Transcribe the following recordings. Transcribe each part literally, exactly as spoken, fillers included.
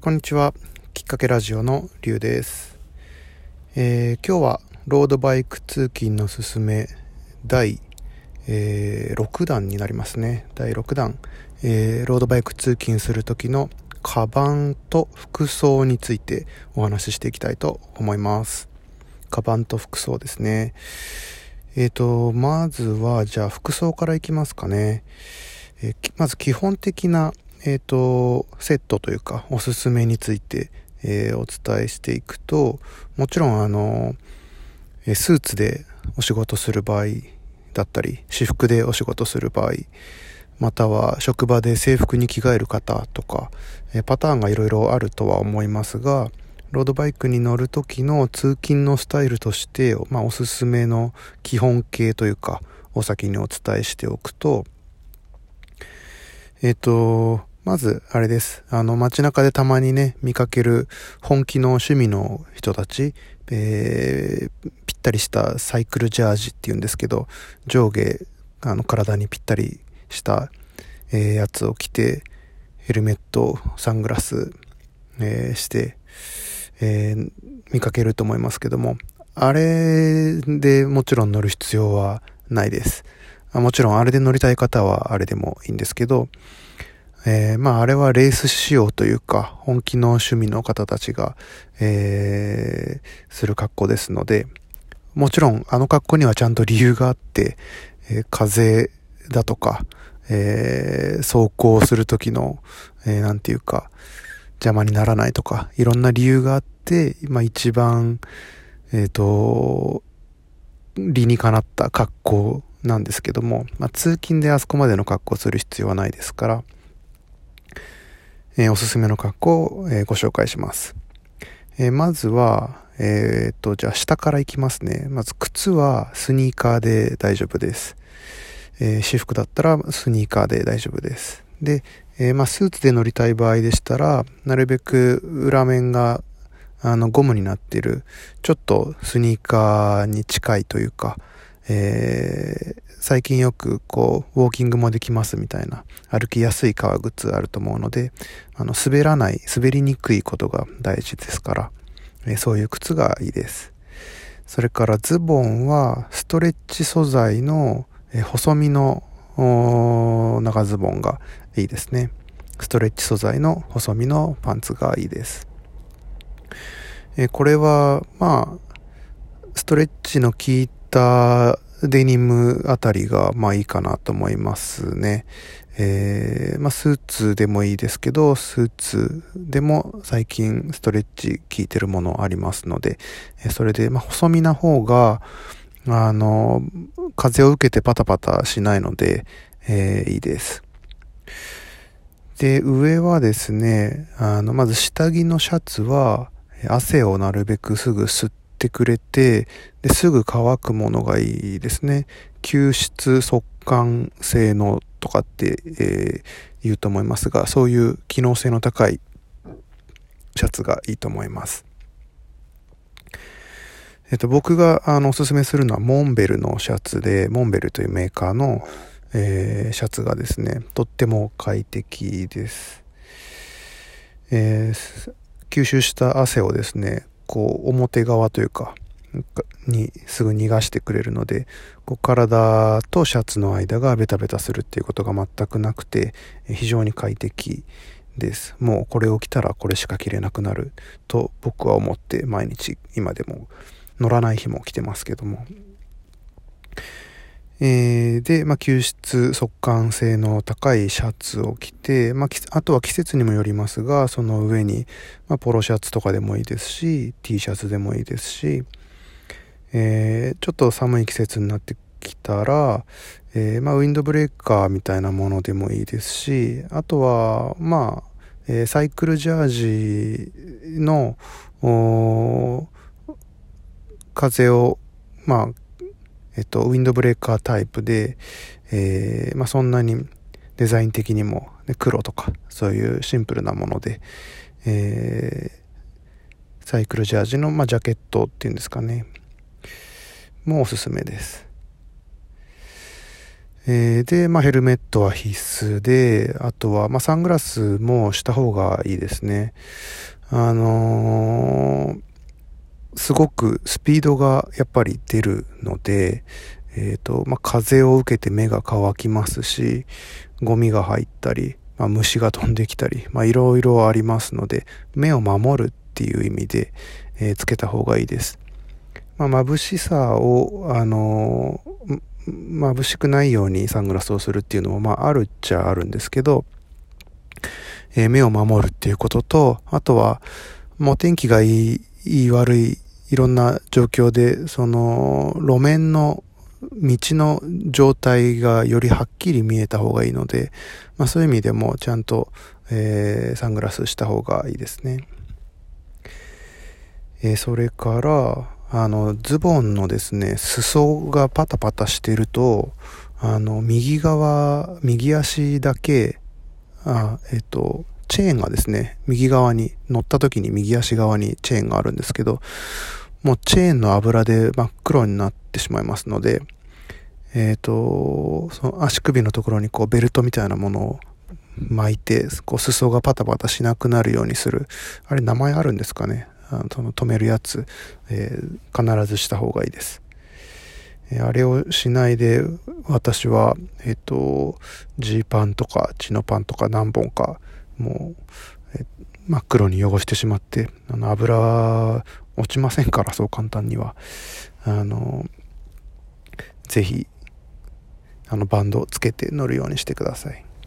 こんにちは。きっかけラジオのりゅうです。えー、今日はロードバイク通勤のすすめだい、えー、ろくだんになりますね。だいろくだん、えー、ロードバイク通勤する時のカバンと服装についてお話ししていきたいと思います。カバンと服装ですね。えーとまずはじゃあ服装からいきますかね。えー、まず基本的なえーと、セットというかおすすめについて、えー、お伝えしていくと、もちろんあのスーツでお仕事する場合だったり、私服でお仕事する場合、または職場で制服に着替える方とか、えー、パターンがいろいろあるとは思いますが、ロードバイクに乗る時の通勤のスタイルとして、まあ、おすすめの基本形というかお先にお伝えしておくと、えっとまずあれです。あの街中でたまにね見かける本気の趣味の人たち、えー、ぴったりしたサイクルジャージっていうんですけど、上下あの体にぴったりした、えー、やつを着て、ヘルメット、サングラス、えー、して、えー、見かけると思いますけども、あれでもちろん乗る必要はないです。もちろんあれで乗りたい方はあれでもいいんですけど、えー、まああれはレース仕様というか本気の趣味の方たちが、えー、する格好ですので、もちろんあの格好にはちゃんと理由があって、えー、風だとか、えー、走行する時の、えー、なんていうか邪魔にならないとか、いろんな理由があって、まあ一番えっと理にかなった格好なんですけども、まあ、通勤であそこまでの格好をする必要はないですから、えー、おすすめの格好を、えー、ご紹介します。えー、まずは、えー、っと、じゃあ下からいきますね。まず靴はスニーカーで大丈夫です。えー、私服だったらスニーカーで大丈夫です。で、えー、まあスーツで乗りたい場合でしたら、なるべく裏面があのゴムになっている、ちょっとスニーカーに近いというか、えー、最近よくこうウォーキングもできますみたいな歩きやすい革靴あると思うので、あの滑らない滑りにくいことが大事ですから、えー、そういう靴がいいです。それからズボンはストレッチ素材の、えー、細身の長ズボンがいいですね。ストレッチ素材の細身のパンツがいいです。えー、これはまあストレッチの効いたデニムあたりがまあいいかなと思いますね。えー、まあスーツでもいいですけど、スーツでも最近ストレッチ効いてるものありますので、それでまあ細身な方があの風を受けてパタパタしないので、えー、いいです。で、上はですね、あのまず下着のシャツは汗をなるべくすぐ吸ってくれて、ですぐ乾くものがいいですね。吸湿速乾性能とかって、えー、言うと思いますが、そういう機能性の高いシャツがいいと思います。えっと、僕があのおすすめするのはモンベルのシャツで、モンベルというメーカーの、えー、シャツがですね、とっても快適です。えー、吸収した汗をですね、こう表側というかにすぐ逃がしてくれるので、こう体とシャツの間がベタベタするっていうことが全くなくて、非常に快適です。もうこれを着たらこれしか着れなくなると僕は思って毎日今でも乗らない日も着てますけども、えー、で、まあ、吸湿速乾性の高いシャツを着て、まあ、あとは季節にもよりますが、その上に、まあ、ポロシャツとかでもいいですし、T シャツでもいいですし、えー、ちょっと寒い季節になってきたら、えーまあ、ウィンドブレーカーみたいなものでもいいですし、あとは、まあ、えー、サイクルジャージの風を、まあ、えっと、ウィンドブレーカータイプで、えー、まあそんなにデザイン的にも、ね、黒とかそういうシンプルなもので、えー、サイクルジャージの、まあ、ジャケットっていうんですかね、もうおすすめです。 えーで、まあ、ヘルメットは必須で、あとは、まあ、サングラスもした方がいいですね。あのーすごくスピードがやっぱり出るので、えっと、まあ、風を受けて目が乾きますし、ゴミが入ったり、まあ、虫が飛んできたり、まあ、いろいろありますので、目を守るっていう意味で、えーつけた方がいいです。まあ、眩しさを、あのー眩しくないようにサングラスをするっていうのも、まあ、あるっちゃあるんですけど、えー目を守るっていうことと、あとは、もう天気がいい、いい悪い、いろんな状況で、その、路面の道の状態がよりはっきり見えた方がいいので、まあそういう意味でもちゃんと、えーサングラスした方がいいですね。えーそれから、あの、ズボンのですね、裾がパタパタしてると、あの、右側、右足だけ、あ、えっと、チェーンがですね、右側に、乗った時に右足側にチェーンがあるんですけど、もうチェーンの油で真っ黒になってしまいますので、えっと、その足首のところにこうベルトみたいなものを巻いて、こう裾がパタパタしなくなるようにする。あれ名前あるんですかね。あの、その止めるやつ、えー必ずした方がいいです。えーあれをしないで、私は、えっと、ジーパンとかチノパンとか何本か、もう、えー真っ黒に汚してしまって、あの油落ちませんから、そう簡単には。あの、ぜひ、あのバンドをつけて乗るようにしてください。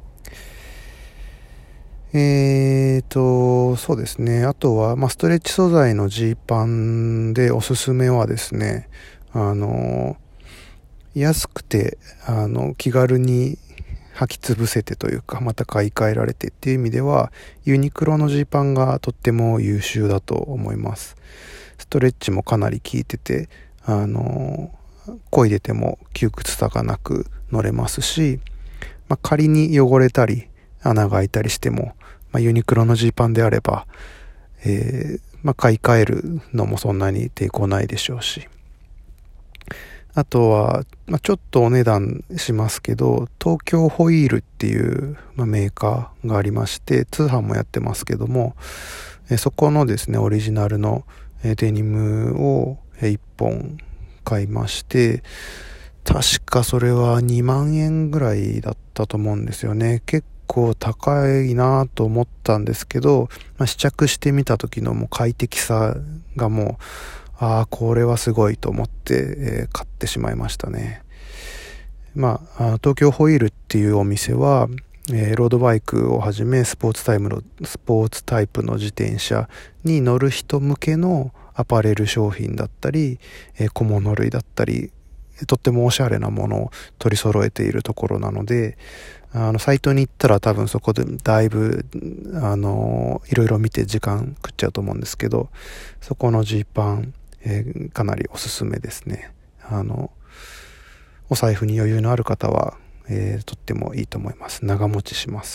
えーと、そうですね。あとは、まあ、ストレッチ素材のジーパンでおすすめはですね、あの、安くて、あの、気軽に履き潰せてというか、また買い替えられてっていう意味では、ユニクロのジーパンがとっても優秀だと思います。ストレッチもかなり効いてて、あの、漕いでても窮屈さがなく乗れますし、まあ、仮に汚れたり穴が開いたりしても、まあ、ユニクロのジーパンであれば、えーまあ、買い替えるのもそんなに抵抗ないでしょうし、あとは、まあ、ちょっとお値段しますけど、東京ホイールっていう、まあ、メーカーがありまして、通販もやってますけども、えそこのですね、オリジナルのデニムをいっぽん買いまして、確かそれはにまんえんぐらいだったと思うんですよね。結構高いなと思ったんですけど、まあ、試着してみた時のもう快適さがもう、ああ、これはすごいと思って、えー買ってしまいましたね。まあ、東京ホイールっていうお店は、えーロードバイクをはじめスポーツタイムの、スポーツタイプの自転車に乗る人向けのアパレル商品だったり、えー小物類だったり、とってもおしゃれなものを取り揃えているところなので、あの、サイトに行ったら多分そこでだいぶ、あの、いろいろ見て時間食っちゃうと思うんですけど、そこのジーパン、えーかなりおすすめですね。あの、お財布に余裕のある方は、えーとってもいいと思います。長持ちします。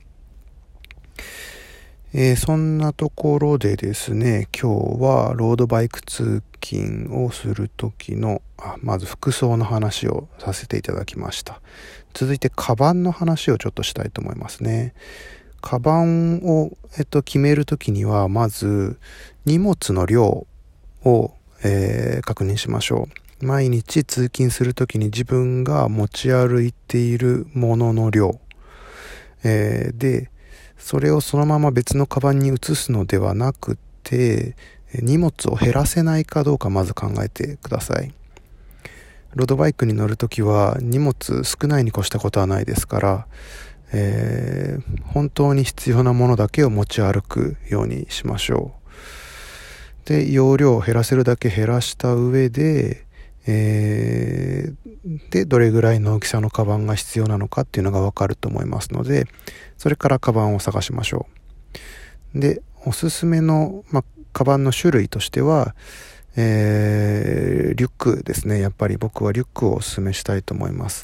えーそんなところでですね、今日はロードバイク通勤をする時の、あ、まず服装の話をさせていただきました。続いて、カバンの話をちょっとしたいと思いますね。カバンを、えっと、決めるときには、まず、荷物の量を、えー確認しましょう。毎日通勤するときに自分が持ち歩いているものの量。えーで、それをそのまま別のカバンに移すのではなくて、荷物を減らせないかどうかまず考えてください。ロードバイクに乗るときは荷物少ないに越したことはないですから、えー本当に必要なものだけを持ち歩くようにしましょう。で、容量を減らせるだけ減らした上で、えーで、どれぐらいの大きさのカバンが必要なのかっていうのがわかると思いますので、それからカバンを探しましょう。で、おすすめの、まあ、カバンの種類としては、えーリュックですね。やっぱり僕はリュックをおすすめしたいと思います。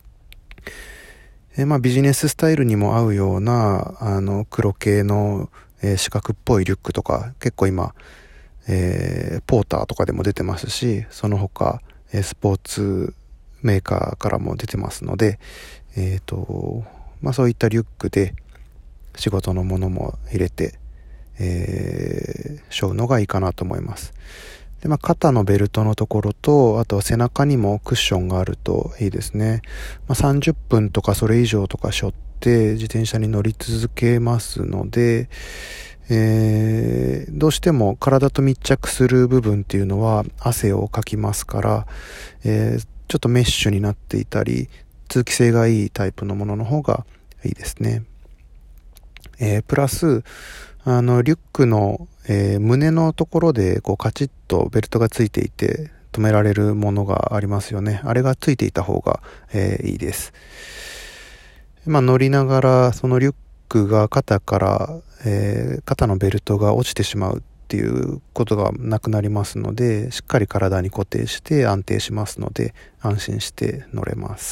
えーまあ、ビジネススタイルにも合うような、あの、黒系の、えー四角っぽいリュックとか、結構今、えーポーターとかでも出てますし、その他、えースポーツメーカーからも出てますので、えっと、まあそういったリュックで仕事のものも入れて、えー、背負うのがいいかなと思います。で、まあ、肩のベルトのところと、あとは背中にもクッションがあるといいですね。まあ、さんじゅっぷんとかそれ以上とか背負って自転車に乗り続けますので、えー、どうしても体と密着する部分っていうのは汗をかきますから、えー、ちょっとメッシュになっていたり、通気性がいいタイプのものの方がいいですね。えー、プラス、あの、リュックの、えー、胸のところで、こう、カチッとベルトがついていて、止められるものがありますよね。あれがついていた方が、えー、いいです。まあ、乗りながら、そのリュックが肩から、えー、肩のベルトが落ちてしまうっていうことがなくなりますので、しっかり体に固定して安定しますので、安心して乗れます。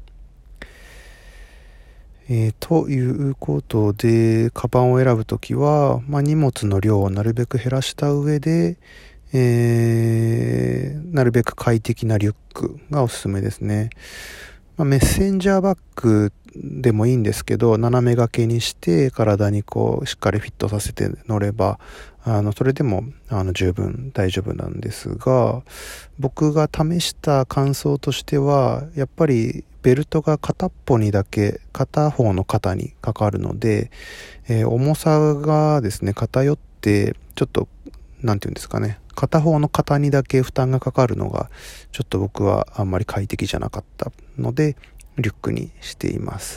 えー、ということで、カバンを選ぶときは、まあ、荷物の量をなるべく減らした上で、えー、なるべく快適なリュックがおすすめですね。まあ、メッセンジャーバッグでもいいんですけど、斜め掛けにして体にこうしっかりフィットさせて乗れば、あのそれでもあの十分大丈夫なんですが、僕が試した感想としては、やっぱりベルトが片っぽにだけ、片方の肩にかかるので、えー、重さがですね偏って、ちょっとなんていうんですかね、片方の肩にだけ負担がかかるのがちょっと僕はあんまり快適じゃなかったので、リュックにしています。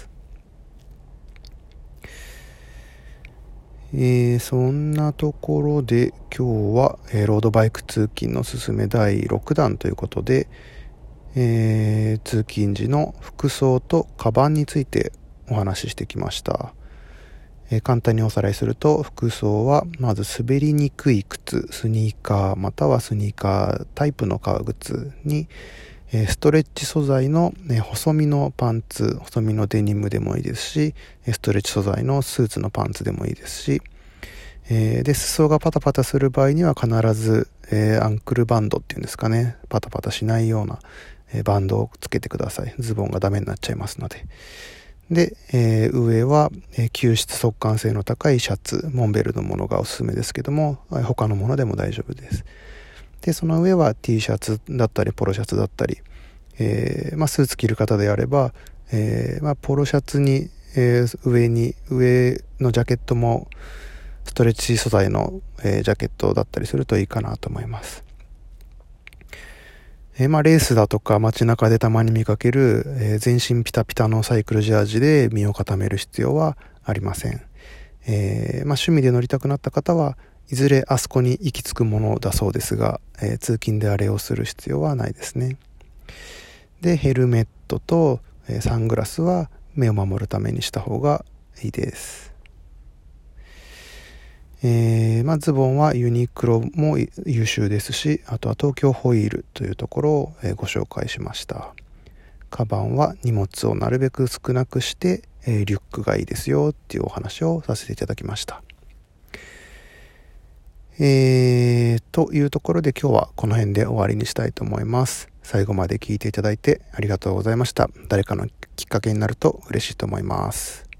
えー、そんなところで今日は、えー、ロードバイク通勤のすすめだいろくだんということで、えー、通勤時の服装とカバンについてお話ししてきました。えー、簡単におさらいすると、服装はまず滑りにくい靴、スニーカーまたはスニーカータイプの革靴に、えー、ストレッチ素材の、ね、細身のパンツ、細身のデニムでもいいですし、ストレッチ素材のスーツのパンツでもいいですし、えー、で裾がパタパタする場合には必ず、えー、アンクルバンドっていうんですかね、パタパタしないような、えー、バンドをつけてください。ズボンがダメになっちゃいますので。で、えー、上は、えー、吸湿速乾性の高いシャツ、モンベルのものがおすすめですけども、他のものでも大丈夫です。で、その上は T シャツだったりポロシャツだったり、えーまあ、スーツ着る方であれば、えーまあ、ポロシャツに、えー、上に上のジャケットもストレッチ素材の、えー、ジャケットだったりするといいかなと思います。えーまあ、レースだとか街中でたまに見かける、えー、全身ピタピタのサイクルジャージで身を固める必要はありません。えーまあ、趣味で乗りたくなった方はいずれあそこに行き着くものだそうですが、えー、通勤であれをする必要はないですね。で、ヘルメットと、えー、サングラスは目を守るためにした方がいいです。えーまあ、ズボンはユニクロも優秀ですし、あとは東京ホイールというところを、えー、ご紹介しました。カバンは荷物をなるべく少なくして、えー、リュックがいいですよっていうお話をさせていただきました。えー、というところで今日はこの辺で終わりにしたいと思います。最後まで聞いていただいてありがとうございました。誰かのきっかけになると嬉しいと思います。